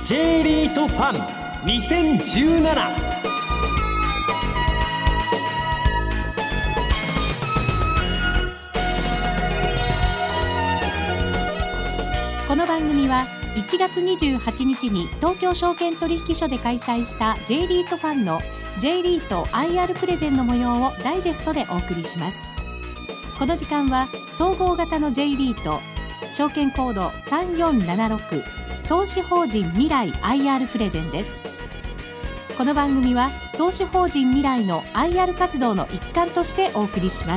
J リートファン2017。 この番組は1月28日に東京証券取引所で開催した J リートファンの J リート IR プレゼンの模様をダイジェストでお送りします。この時間は総合型の J リート証券コード3476投資法人未来 IR プレゼンです。この番組は投資法人未来の IR 活動の一環としてお送りします。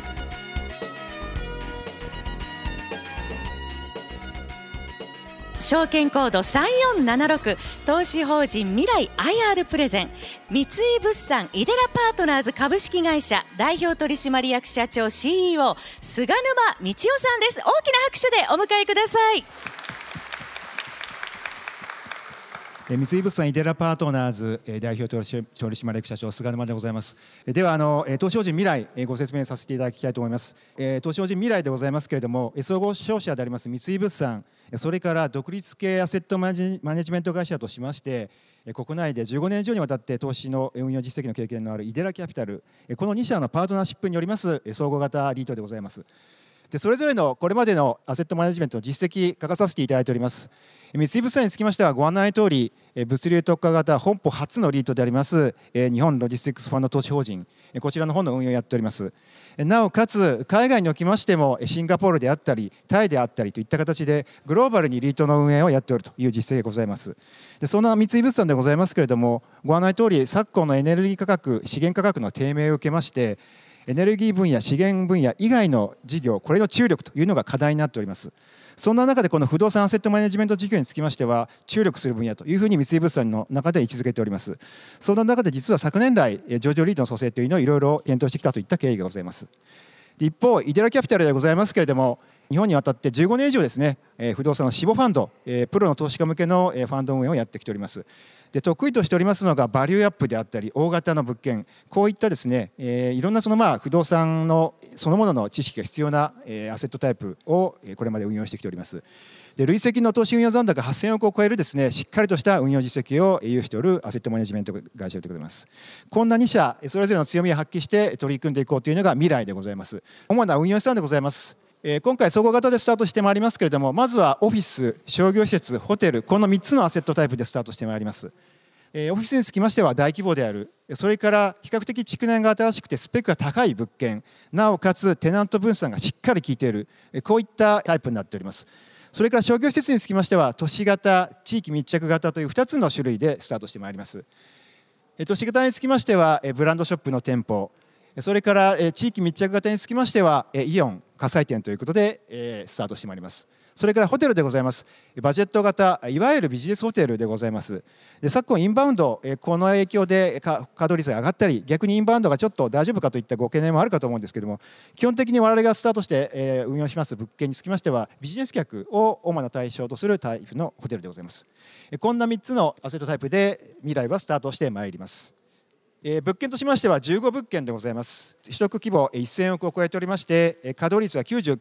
証券コード3476投資法人未来 IR プレゼン、三井物産イデラパートナーズ株式会社代表取締役社長 CEO 菅沼道夫さんです。大きな拍手でお迎えください。 三井物産イデラパートナーズ代表取締役社長菅沼でございます。では投資法人未来ご説明させていただきたいと思います。投資法人未来でございますけれども、総合商社であります三井物産、それから独立系アセットマネジメント会社としまして、国内で15年以上にわたって投資の運用実績の経験のあるイデラキャピタル、この2社のパートナーシップによります総合型リートでございます。でそれぞれのこれまでのアセットマネジメントの実績書かさせていただいております。三井物産につきましてはご案内通り物流特化型本舗初のリートであります日本ロジスティックスファンド投資法人、こちらの方の運用をやっております。なおかつ海外におきましてもシンガポールであったりタイであったりといった形でグローバルにリートの運営をやっておるという実績がございます。でそんな三井物産でございますけれども、ご案内通り昨今のエネルギー価格資源価格の低迷を受けましてエネルギー分野資源分野以外の事業、これの注力というのが課題になっております。そんな中でこの不動産アセットマネジメント事業につきましては注力する分野というふうに三井物産の中で位置づけております。そんな中で実は昨年来上場リートの組成というのをいろいろ検討してきたといった経緯がございます。で一方イデラキャピタルでございますけれども、日本にわたって15年以上ですね不動産の死亡ファンドプロの投資家向けのファンド運営をやってきております。で得意としておりますのがバリューアップであったり大型の物件、こういったですねいろんな不動産のそのものの知識が必要なアセットタイプをこれまで運用してきております。で累積の投資運用残高8000億を超えるですねしっかりとした運用実績を有しておるアセットマネジメント会社でございます。こんな2社それぞれの強みを発揮して取り組んでいこうというのが未来でございます。主な運用資産でございます。今回総合型でスタートしてまいりますけれども、まずはオフィス、商業施設、ホテル、この3つのアセットタイプでスタートしてまいります。オフィスにつきましては大規模である、それから比較的築年が新しくてスペックが高い物件、なおかつテナント分散がしっかり効いている、こういったタイプになっております。それから商業施設につきましては都市型、地域密着型という2つの種類でスタートしてまいります。都市型につきましてはブランドショップの店舗、それから地域密着型につきましてはイオン火災店ということでスタートしてまいります。それからホテルでございます。バジェット型、いわゆるビジネスホテルでございます。で昨今インバウンド、この影響で稼働率が上がったり逆にインバウンドがちょっと大丈夫かといったご懸念もあるかと思うんですけれども、基本的に我々がスタートして運用します物件につきましてはビジネス客を主な対象とするタイプのホテルでございます。こんな3つのアセットタイプで未来はスタートしてまいります。物件としましては15物件でございます。取得規模1000億を超えておりまして稼働率は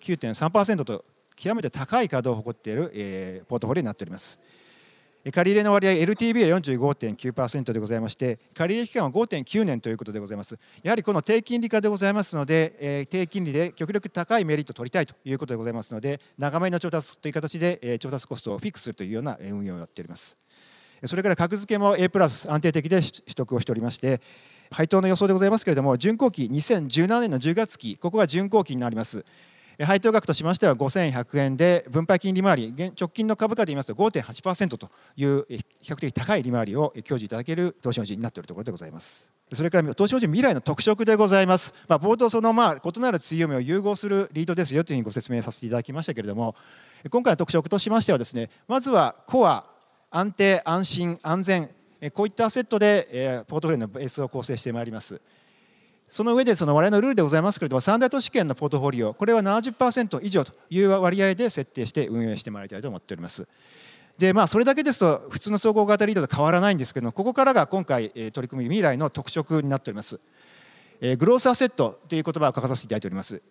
99.3% と極めて高い稼働を誇っているポートフォリオになっております。借入れの割合 LTV は 45.9% でございまして借入期間は 5.9 年ということでございます。やはりこの低金利化でございますので低金利で極力高いメリットを取りたいということでございますので長めの調達という形で調達コストをフィックスするというような運用をやっております。それから格付けも A プラス安定的で取得をしておりまして配当の予想でございますけれども純後期2017年の10月期ここが純後期になります。配当額としましては5100円で分配金利回り直近の株価で言いますと 5.8% という比較的高い利回りを享受いただける投資法人になっているところでございます。それから投資法人未来の特色でございます。冒頭異なる強みを融合するリードですよというふうにご説明させていただきましたけれども、今回の特色としましてはですねまずはコア安定安心安全こういったアセットでポートフォリオのベースを構成してまいります。その上で我々のルールでございますけれども三大都市圏のポートフォリオこれは 70% 以上という割合で設定して運営してまいりたいと思っております。でそれだけですと普通の総合型リードと変わらないんですけどもここからが今回取り組み未来の特色になっております。グロースアセットという言葉を書かさせていただいております。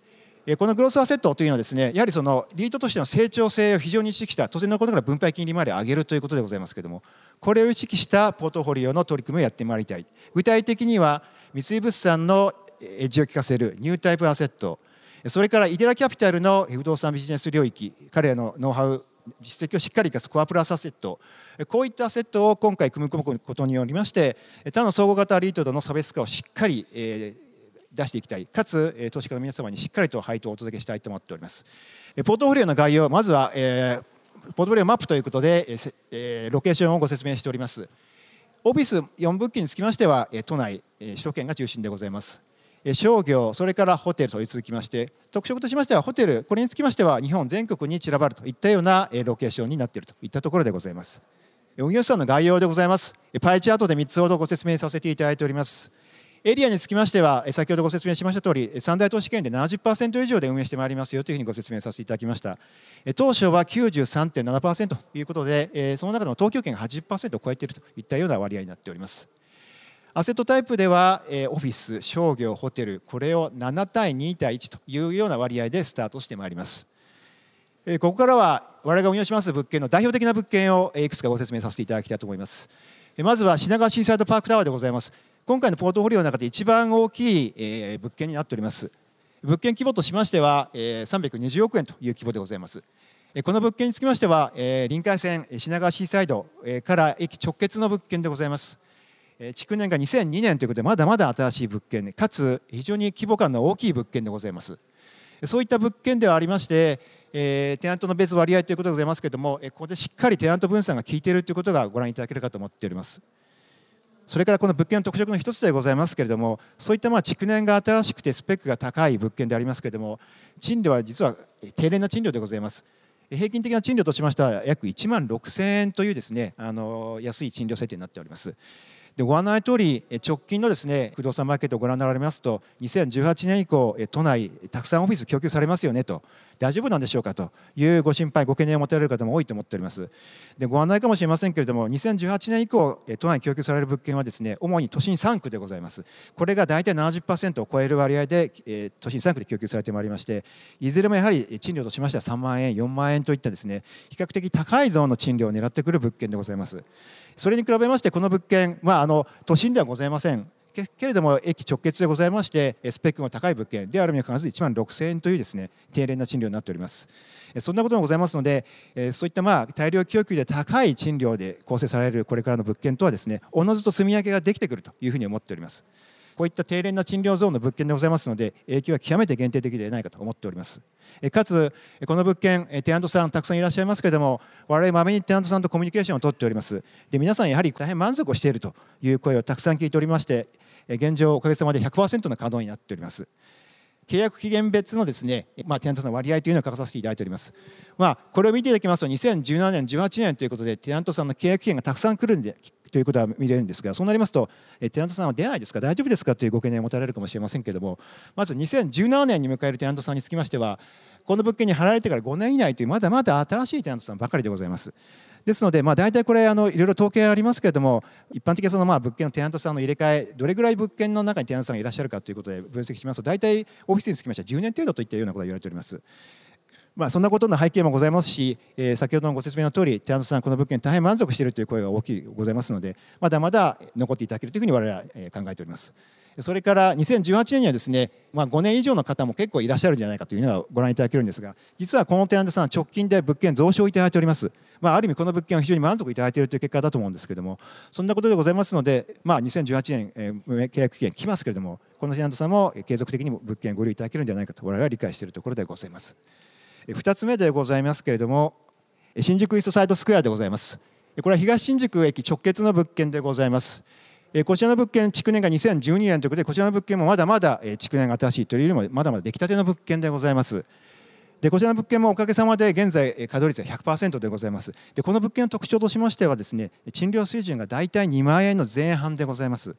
このグロースアセットというのはですね、やはりそのリートとしての成長性を非常に意識した、当然のことから分配金利回りを上げるということでございますけれども、これを意識したポートフォリオの取り組みをやってまいりたい。具体的には三井物産のエッジを利かせるニュータイプアセット、それからイデラキャピタルの不動産ビジネス領域、彼らのノウハウ実績をしっかり生かすコアプラスアセット、こういったアセットを今回組み込むことによりまして、他の総合型リートとの差別化をしっかり出していきたい、かつ投資家の皆様にしっかりと配当をお届けしたいと思っております。ポートフォリオの概要、まずはポートフォリオマップということでロケーションをご説明しております。オフィス4物件につきましては都内首都圏が中心でございます。商業、それからホテルと続きまして、特色としましてはホテル、これにつきましては日本全国に散らばるといったようなロケーションになっているといったところでございます。運用資産の概要でございます。パイチャートで3つほどご説明させていただいております。エリアにつきましては、先ほどご説明しましたとおり、三大都市圏で 70% 以上で運営してまいりますよというふうにご説明させていただきました。当初は 93.7% ということで、その中でも東京圏が 80% を超えているといったような割合になっております。アセットタイプでは、オフィス、商業、ホテル、これを7対2対1というような割合でスタートしてまいります。ここからは我々が運用します物件の代表的な物件をいくつかご説明させていただきたいと思います。まずは品川シーサイドパークタワーでございます。今回のポートフォリオの中で一番大きい物件になっております。物件規模としましては320億円という規模でございます。この物件につきましては臨海線品川シーサイドから駅直結の物件でございます。築年が2002年ということでまだまだ新しい物件、かつ非常に規模感の大きい物件でございます。そういった物件ではありまして、テナントの別割合ということでございますけれども、ここでしっかりテナント分散が効いているということがご覧いただけるかと思っております。それからこの物件の特色の一つでございますけれども、そういった築年が新しくてスペックが高い物件でありますけれども、賃料は実は低廉な賃料でございます。平均的な賃料としましては約1万6000円というですね、安い賃料設定になっております。でご案内の通り直近のですね不動産マーケットをご覧になられますと、2018年以降都内たくさんオフィス供給されますよねと、大丈夫なんでしょうかというご心配ご懸念を持たれる方も多いと思っております。でご案内かもしれませんけれども、2018年以降都内に供給される物件はですね主に都心3区でございます。これが大体 70% を超える割合で都心3区で供給されてまいりまして、いずれもやはり賃料としましては3万円4万円といったですね比較的高いゾーンの賃料を狙ってくる物件でございます。それに比べましてこの物件都心ではございませんけれども駅直結でございましてスペックの高い物件であるにもかかわらず1万6000円というですね低廉な賃料になっております。そんなこともございますので、そういった大量供給で高い賃料で構成されるこれからの物件とはですねおのずと住み分けができてくるというふうに思っております。こういった低廉な賃料ゾーンの物件でございますので、影響は極めて限定的ではないかと思っております。かつこの物件テナントさんたくさんいらっしゃいますけれども、我々まめにテナントさんとコミュニケーションを取っております。で皆さんやはり大変満足をしているという声をたくさん聞いておりまして、現状おかげさまで 100% の稼働になっております。契約期限別のですね、テナントさんの割合というのを書かさせていただいております。これを見ていただきますと2017年18年ということでテナントさんの契約期限がたくさん来るんでということは見れるんですが、そうなりますとテナントさんは出ないですか大丈夫ですかというご懸念を持たれるかもしれませんけれども、まず2017年に迎えるテナントさんにつきましてはこの物件に払われてから5年以内というまだまだ新しいテナントさんばかりでございます。ですので、大体これいろいろ統計ありますけれども、一般的にその物件のテナントさんの入れ替えどれぐらい物件の中にテナントさんがいらっしゃるかということで分析しますと、大体オフィスにつきましては10年程度といったようなことが言われております。そんなことの背景もございますし、先ほどのご説明の通りテナントさんこの物件に大変満足しているという声が大きいございますので、まだまだ残っていただけるというふうに我々は考えております。それから2018年にはですね、5年以上の方も結構いらっしゃるんじゃないかというのがご覧いただけるんですが、実はこのテナントさん直近で物件増床いただいております。ある意味この物件は非常に満足いただいているという結果だと思うんですけれども、そんなことでございますので、2018年、契約期限来ますけれども、このテナントさんも継続的に物件をご利用いただけるんじゃないかと我々は理解しているところでございます。2つ目でございますけれども、新宿イーストサイドスクエアでございます。これは東新宿駅直結の物件でございます。こちらの物件築年が2012年ということで、こちらの物件もまだまだ築年が新しいというよりもまだまだ出来たての物件でございます。でこちらの物件もおかげさまで現在稼働率は 100% でございます。でこの物件の特徴としましてはですね、賃料水準が大体2万円の前半でございます。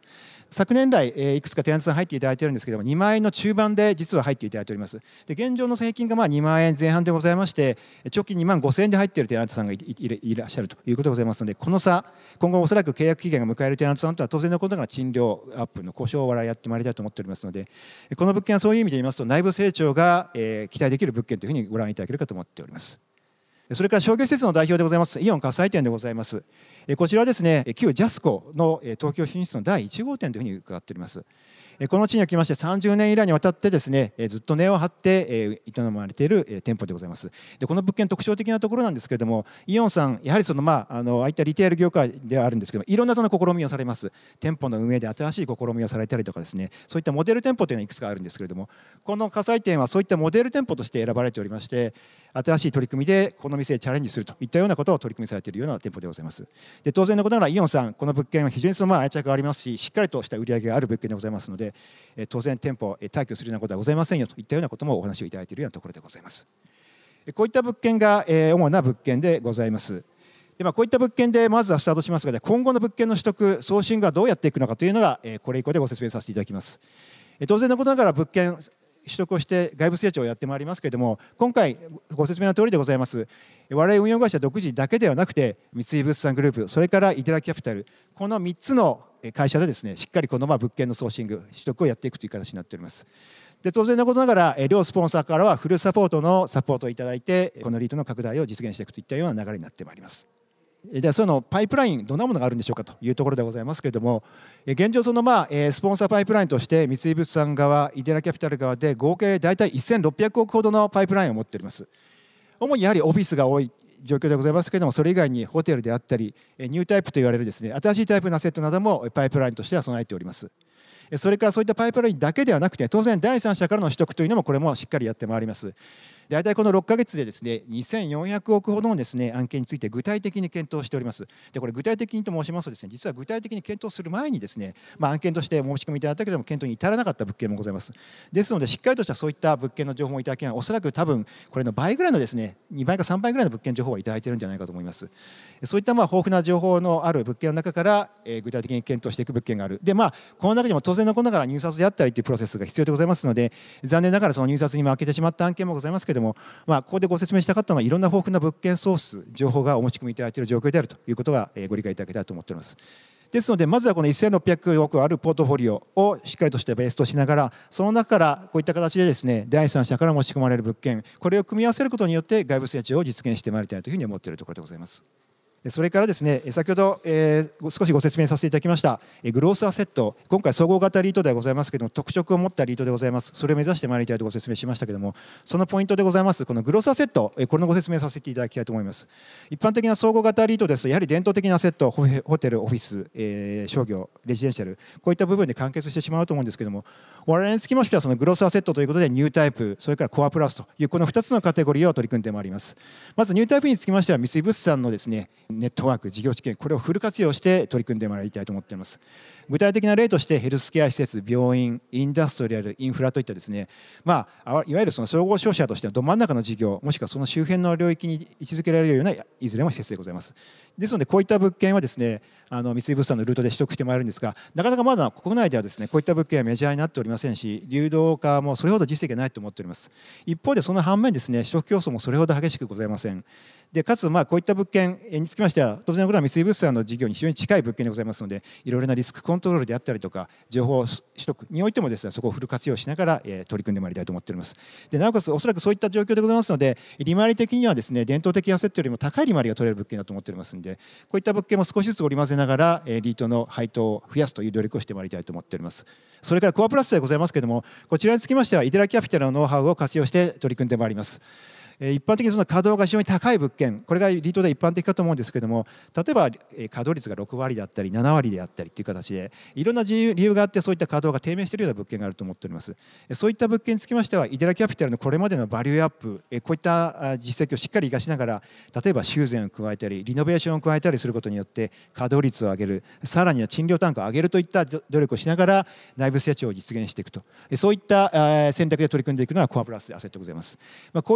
昨年来、いくつかテナントさん入っていただいているんですけれども、2万円の中盤で実は入っていただいております。で現状の平均が2万円前半でございまして、直近2万5千円で入っているテナントさんが いらっしゃるということでございますので、この差、今後おそらく契約期限が迎えるテナントさんとは当然のことながら賃料アップの交渉を我々やってまいりたいと思っておりますので、この物件はそういう意味で言いますと内部成長が期待できる物件というふうにご覧いただけるかと思っております。それから商業施設の代表でございますイオン火災店でございます。こちらはですね、旧ジャスコの東京進出の第1号店というふうに伺っております。この地におきまして30年以来にわたってですね、ずっと根を張って営まれている店舗でございます。でこの物件特徴的なところなんですけれども、イオンさんやはりああいったリテール業界ではあるんですけども、いろんな試みをされます。店舗の運営で新しい試みをされたりとかですね、そういったモデル店舗というのはいくつかあるんですけれども、この火災店はそういったモデル店舗として選ばれておりまして、新しい取り組みでこの店へチャレンジするといったようなことを取り組みされているような店舗でございます。で当然のことながらイオンさん、この物件は非常に愛着がありますし、しっかりとした売り上げがある物件でございますので、当然店舗退去するようなことはございませんよといったようなこともお話をいただいているようなところでございます。こういった物件が主な物件でございます。でこういった物件でまずはスタートしますが、今後の物件の取得送信がどうやっていくのかというのがこれ以降でご説明させていただきます。当然のことながら物件取得をして外部成長をやってまいりますけれども、今回ご説明の通りでございます。我々運用会社独自だけではなくて、三井物産グループ、それからイデラキャピタル、この3つの会社でですね、しっかりこの物件のソーシング取得をやっていくという形になっております。で当然のことながら両スポンサーからはフルサポートのサポートをいただいて、このリートの拡大を実現していくといったような流れになってまいります。ではそのパイプライン、どんなものがあるんでしょうかというところでございますけれども、現状スポンサーパイプラインとして三井物産側、イデラキャピタル側で合計大体1600億ほどのパイプラインを持っております。主にやはりオフィスが多い状況でございますけれども、それ以外にホテルであったりニュータイプと言われるですね、新しいタイプのアセットなどもパイプラインとしては備えております。それからそういったパイプラインだけではなくて、当然第三者からの取得というのもこれもしっかりやってまいります。大体この6ヶ月でですね、2400億ほどのですね案件について具体的に検討しております。でこれ具体的にと申しますとですね、実は具体的に検討する前にですね、案件として申し込みいただいたけれども検討に至らなかった物件もございます。ですのでしっかりとしたそういった物件の情報をいただけない、おそらく多分これの倍ぐらいのですね、2倍か3倍ぐらいの物件情報をいただいているんじゃないかと思います。そういった豊富な情報のある物件の中から具体的に検討していく物件がある。でこの中にも当然のことながら入札であったりというプロセスが必要でございますので、残念ながらその入札に負けてしまった案件もございますけれども、ここでご説明したかったのは、いろんな豊富な物件ソース、情報がお持ち込みいただいている状況であるということがご理解いただけたらと思っております。ですので、まずはこの1600億あるポートフォリオをしっかりとしてベースとしながら、その中からこういった形でですね、第三者から持ち込まれる物件、これを組み合わせることによって外部成長を実現してまいりたいというふうに思っているところでございます。それからですね、先ほど少しご説明させていただきましたグロースアセット、今回総合型リートではございますけれども、特色を持ったリートでございます。それを目指してまいりたいとご説明しましたけれども、そのポイントでございますこのグロースアセット、これのご説明させていただきたいと思います。一般的な総合型リートですと、やはり伝統的なアセット、ホテル、オフィス、商業、レジデンシャル、こういった部分で完結してしまうと思うんですけれども、我々につきましてはそのグロースアセットということでニュータイプ、それからコアプラスというこの2つのカテゴリーを取り組んでまいります。まずニュータイプにつきましては、三井物産のですねネットワーク、事業知見、これをフル活用して取り組んでまいりたいと思っています。具体的な例としてヘルスケア施設、病院、インダストリアル、インフラといったですね、いわゆるその総合商社としてはど真ん中の事業、もしくはその周辺の領域に位置づけられるようないずれも施設でございます。ですのでこういった物件はですね、三井物産のルートで取得してまいるんですが、なかなかまだ国内ではですねこういった物件はメジャーになっておりませんし、流動化もそれほど実績がないと思っております。一方でその反面ですね、取得競争もそれほど激しくございません。でかつこういった物件につきましては、当然のことは三井物産の事業に非常に近い物件でございますので、いろいろなリスクコントロールであったりとか情報取得においてもですね、そこをフル活用しながら取り組んでまいりたいと思っております。でなおかつおそらくそういった状況でございますので、利回り的にはですね伝統的アセットよりも高い利回りが取れる物件だと思っておりますので、こういった物件も少しずつ織り交ぜながらリートの配当を増やすという努力をしてまいりたいと思っております。それからコアプラスでございますけれども、こちらにつきましてはイデラキャピタルのノウハウを活用して取り組んでまいります。一般的にその稼働が非常に高い物件、これがリートで一般的かと思うんですけれども、例えば稼働率が6割であったり7割であったりという形でいろんな理由があって、そういった稼働が低迷しているような物件があると思っております。そういった物件につきましてはイデラキャピタルのこれまでのバリューアップ、こういった実績をしっかり生かしながら、例えば修繕を加えたりリノベーションを加えたりすることによって稼働率を上げる、さらには賃料単価を上げるといった努力をしながら内部成長を実現していくと、そういった戦略で取り組んでいくのがコアプラスアセットでございます。こういった2つの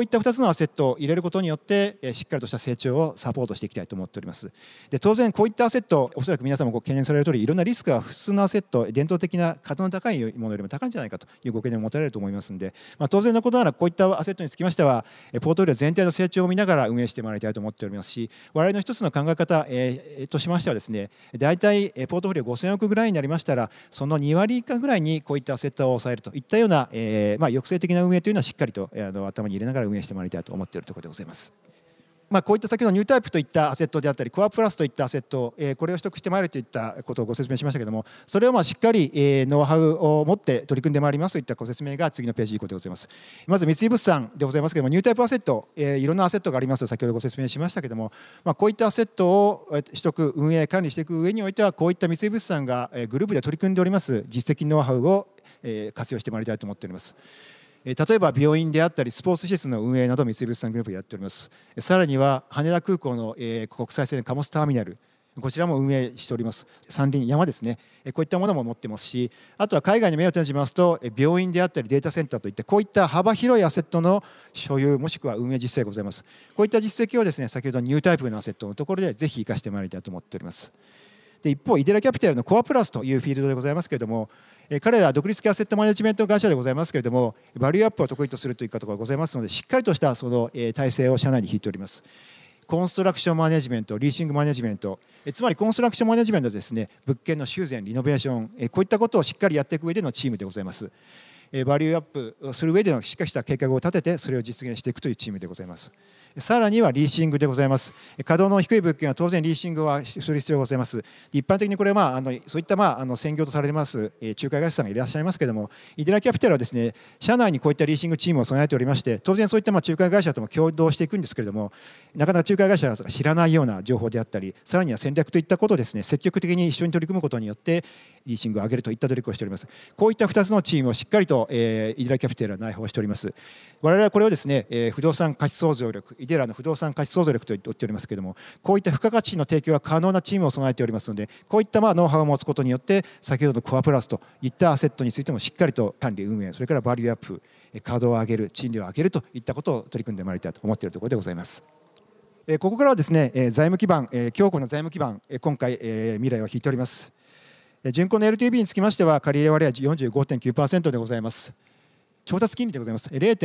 のアセットを入れることによってしっかりとした成長をサポートしていきたいと思っております。で当然こういったアセット、おそらく皆さんも懸念される通りいろんなリスクが普通のアセット、伝統的な稼働の高いものよりも高いんじゃないかというご懸念を持たれると思いますので、当然のことながらこういったアセットにつきましてはポートフォリオ全体の成長を見ながら運営してもらいたいと思っておりますし、我々の一つの考え方、としましてはですね、大体ポートフォリオ5000億ぐらいになりましたらその2割以下ぐらいにこういったアセットを抑えるといったような、抑制的な運営というのはしっかりと頭に入れながら運営してもらいたいと思っているところでございます。こういった先ほどニュータイプといったアセットであったりコアプラスといったアセット、これを取得してまいるといったことをご説明しましたけれども、それをしっかりノウハウを持って取り組んでまいりますといったご説明が次のページ以降でございます。まず三井物産でございますけれども、ニュータイプアセット、いろんなアセットがありますと先ほどご説明しましたけれども、こういったアセットを取得運営管理していく上においてはこういった三井物産がグループで取り組んでおります実績ノウハウを活用してまいりたいと思っております。例えば病院であったりスポーツ施設の運営など三井物産グループでやっております。さらには羽田空港の国際線貨物ターミナル、こちらも運営しております。山林山ですね、こういったものも持ってますし、あとは海外に目を転じますと病院であったりデータセンターといったこういった幅広いアセットの所有もしくは運営実績がございます。こういった実績をですね先ほどニュータイプのアセットのところでぜひ生かしてまいりたいと思っております。で一方イデラキャピタルのコアプラスというフィールドでございますけれども、彼らは独立系アセットマネジメント会社でございますけれども、バリューアップを得意とするということがございますので、しっかりとしたその体制を社内に引いております。コンストラクションマネジメント、リーシングマネジメント、つまりコンストラクションマネジメントですね、物件の修繕、リノベーション、こういったことをしっかりやっていく上でのチームでございます。バリューアップをする上でのしっかりした計画を立ててそれを実現していくというチームでございます。さらにはリーシングでございます。稼働の低い物件は当然リーシングはする必要がございます。一般的にこれはそういった専業とされます仲介会社さんがいらっしゃいますけれども、イデラキャピタルはですね社内にこういったリーシングチームを備えておりまして、当然そういった仲介会社とも共同していくんですけれども、なかなか仲介会社が知らないような情報であったり、さらには戦略といったことをですね積極的に一緒に取り組むことによってリーシングを上げるといった努力をしております。こういった2つのチームをしっかりとイデラキャピタルは内包しております。我々はこれをですね不動産価値創造力、イデラの不動産価値創造力と言っておりますけれども、こういった付加価値の提供が可能なチームを備えておりますので、こういったノウハウを持つことによって先ほどのコアプラスといったアセットについてもしっかりと管理運営、それからバリューアップ、稼働を上げる、賃料を上げるといったことを取り組んでまいりたいと思っているところでございます。ここからはですね財務基盤、強固な財務基盤、今回未来を引いております。純効の LTV につきましては借入割合 45.9% でございます。調達金利でございます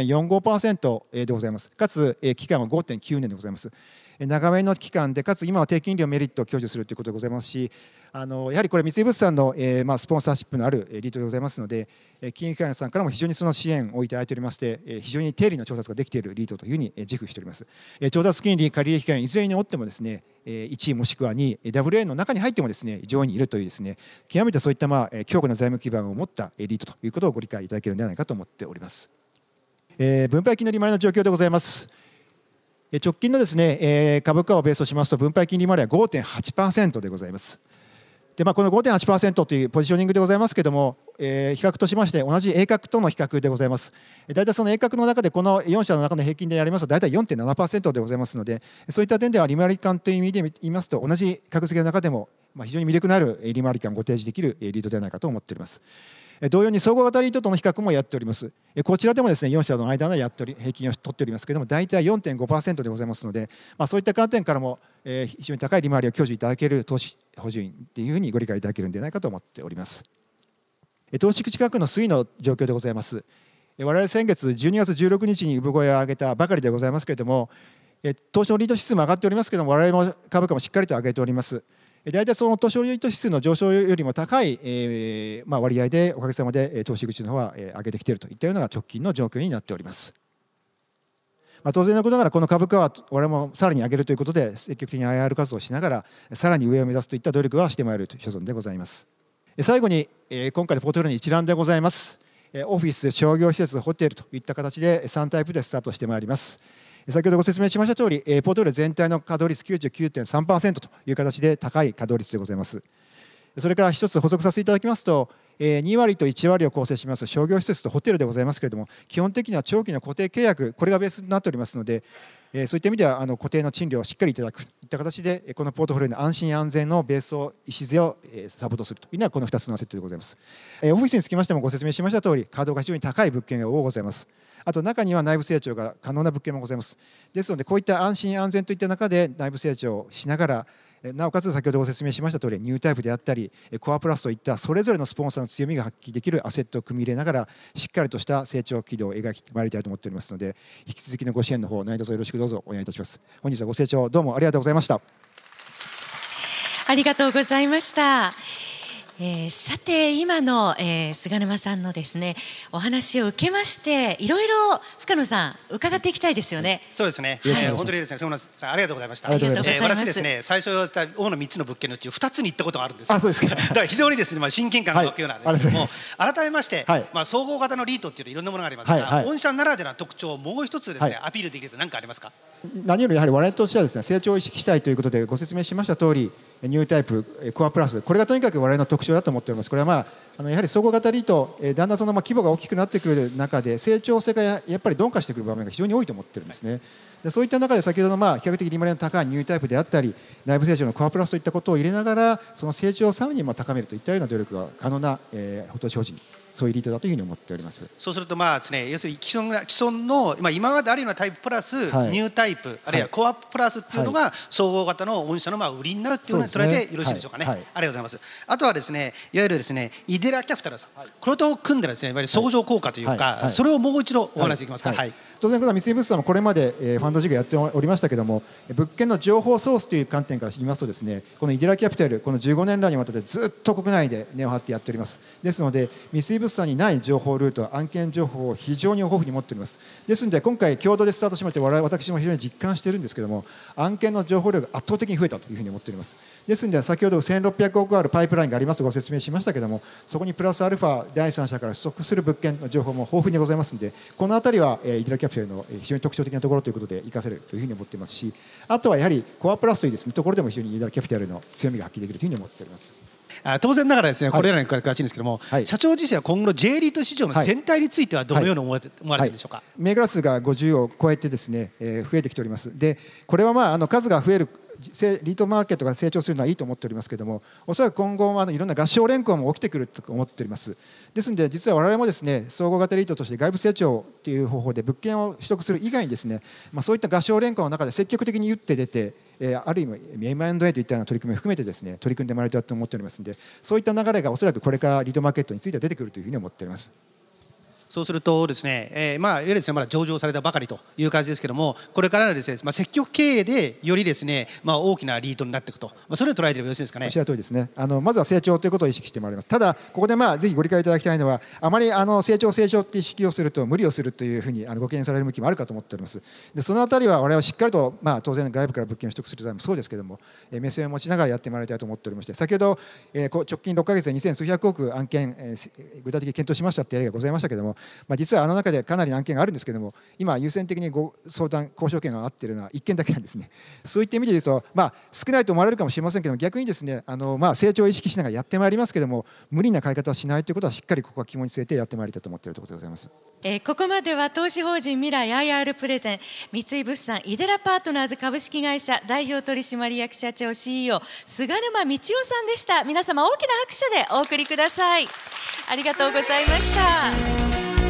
。0.45% でございます。かつ期間は 5.9 年でございます。長めの期間でかつ今は低金利をメリットを享受するということでございますし、やはりこれ三井物産のスポンサーシップのあるリートでございますので、金融機関さんからも非常にその支援をいただいておりまして、非常に低利の調達ができているリートというふうに自負しております。調達金利、借入期間いずれにおってもですね1位もしくは2位 WA の中に入ってもですね上位にいるというですね極めてそういった強固な財務基盤を持ったリートということをご理解いただけるのではないかと思っております。分配金の利回りの状況でございます。直近のですね株価をベースとしますと分配金利回りは 5.8% でございます。でこの 5.8% というポジショニングでございますけれども、比較としまして同じ英株との比較でございます。大体その英株の中でこの4社の中の平均でやりますと大体 4.7% でございますので、そういった点では利回り感という意味で言いますと同じ格付けの中でも非常に魅力のある利回り感をご提示できるリードではないかと思っております。同様に総合型リートとの比較もやっております。こちらでもですね4社の間の平均を取っておりますけれども大体 4.5% でございますので、そういった観点からも非常に高い利回りを享受いただける投資補助員というふうにご理解いただけるのではないかと思っております。投資口価格の推移の状況でございます。我々先月12月16日に産声を上げたばかりでございますけれども、東証リート指数も上がっておりますけれども我々も株価もしっかりと上げております。大体その東証リート指数の上昇よりも高い割合でおかげさまで投資口の方は上げてきているといったような直近の状況になっております。当然のことながらこの株価は我々もさらに上げるということで積極的に IR 活動をしながらさらに上を目指すといった努力はしてまいるという所存でございます。最後に今回のポートフォリオの一覧でございます。オフィス、商業施設、ホテルといった形で3タイプでスタートしてまいります。先ほどご説明しました通り、ポートフォリオ全体の稼働率 99.3% という形で高い稼働率でございます。それから一つ補足させていただきますと、2割と1割を構成します商業施設とホテルでございますけれども、基本的には長期の固定契約、これがベースになっておりますので、そういった意味では固定の賃料をしっかりいただくといった形で、このポートフォリオの安心安全のベースを、礎をサポートするというのはこの2つのアセットでございます。オフィスにつきましてもご説明しました通り、稼働が非常に高い物件が多くございます。 あと中には内部成長が可能な物件もございます。ですのでこういった安心安全といった中で内部成長しながら、なおかつ先ほどご説明しました通りニュータイプであったりコアプラスといったそれぞれのスポンサーの強みが発揮できるアセットを組み入れながらしっかりとした成長軌道を描いてまいりたいと思っておりますので、引き続きのご支援の方何卒よろしくどうぞお願いいたします。本日はご清聴どうもありがとうございました。 ありがとうございました。さて今の、菅沼さんのですねお話を受けましていろいろ深野さん伺っていきたいですよね。 そうですね、本当にですね、菅沼さんありがとうございました。 私ですね最初言った大野3つの物件のうち2つに行ったことがあるんですよ。 あ、そうですか。 だから非常にですね、親近感が湧くようなんですけども、改めまして、総合型のリートっていうといろんなものがありますが、御社ならではの特徴をもう一つですね、アピールできると何かありますか。 何よりやはり我々としてはですね成長を意識したいということでご説明しました通りニュータイプコアプラス、これがとにかく我々の特徴だと思っております。これはやはり総合型リートだんだんその規模が大きくなってくる中で成長性がやっぱり鈍化してくる場面が非常に多いと思ってるんですね。でそういった中で先ほどの比較的利回りの高いニュータイプであったり内部成長のコアプラスといったことを入れながらその成長をさらに高めるといったような努力が可能な投資法人、そういうリートだというふうに思っております。 そうするとですね、要するに既存の今まであるようなタイププラス、ニュータイプあるいはコアプラスっていうのが総合型の御社の売りになるっていうのに捉えてよろしいでしょうかね。ありがとうございます。あとはですね、いわゆるですねイデラキャピタルさん、これと組んでですね、いわゆる相乗効果というか、それをもう一度お話できますか。当然これは三井物産もこれまでファンド事業やっておりましたけども、物件の情報ソースという観点から言いますとですね、このイデラキャピタルこの15年来にわたってずっと国内で根を張ってやっております。ですので三井物産にない情報ルート、案件情報を非常に豊富に持っております。ですので今回共同でスタートしまして私も非常に実感しているんですけども、案件の情報量が圧倒的に増えたというふうに思っております。ですので先ほど1600億あるパイプラインがありますとご説明しましたけども、そこにプラスアルファ第三者から取得する物件の情報も豊富にございますので、このあたりはイデラキャピタルの非常に特徴的なところということで活かせるというふうに思っていますし、あとはやはりコアプラスというですねところでも非常にイデラキャピタルの強みが発揮できるというふうに思っております。 当然ながらですね、これらに詳しいんですけども、社長自身は今後の J リート市場の全体についてはどのように思われているでしょうか。 銘柄数が50を超えてですね、増えてきております。でこれは数が増えるリートマーケットが成長するのはいいと思っておりますけれども、おそらく今後はいろんな合唱連行も起きてくると思っております。ですので実は我々もですね総合型リートとして外部成長という方法で物件を取得する以外にですね、そういった合唱連行の中で積極的に打って出てある意味 M&A といったような取り組みを含めてですね取り組んでまいりたいと思っておりますので、そういった流れがおそらくこれからリートマーケットについては出てくるというふうに思っております。 そうするとですね、いわゆるですねまだ上場されたばかりという感じですけども、これからのですね、積極経営でよりですね、大きなリートになっていくと、それを捉えていればよろしいですかね。 おっしゃる通りですね。まずは成長ということを意識してまいります。ただここでぜひご理解いただきたいのは、あまり成長って意識をすると無理をするというふうにご懸念される向きもあるかと思っております。でそのあたりは我々はしっかりと、当然外部から物件を取得するためもそうですけども、目線を持ちながらやってまいりたいと思っておりまして、先ほど、直近6ヶ月で2000数百億案件、具体的に検討しましたって例がございましたけども、実は中でかなりの案件があるんですけども、今優先的に相談交渉権があっているのは1件だけなんですね。そういった意味で言うと、少ないと思われるかもしれませんけども、逆にですね成長を意識しながらやってまいりますけども、無理な買い方はしないということはしっかりここは肝に据えてやってまいりたいと思っているところでございます。 ここまでは投資法人未来 IR プレゼン三井物産イデラパートナーズ株式会社代表取締役社長 CEO 菅沼道夫さんでした。皆様大きな拍手でお送りください。ありがとうございました。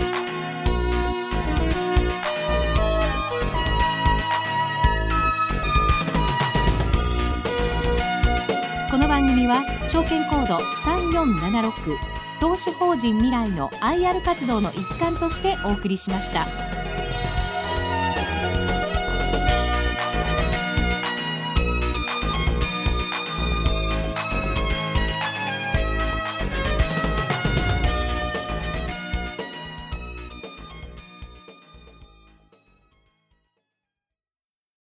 この番組は証券コード3476投資法人未来の IR 活動の一環としてお送りしました。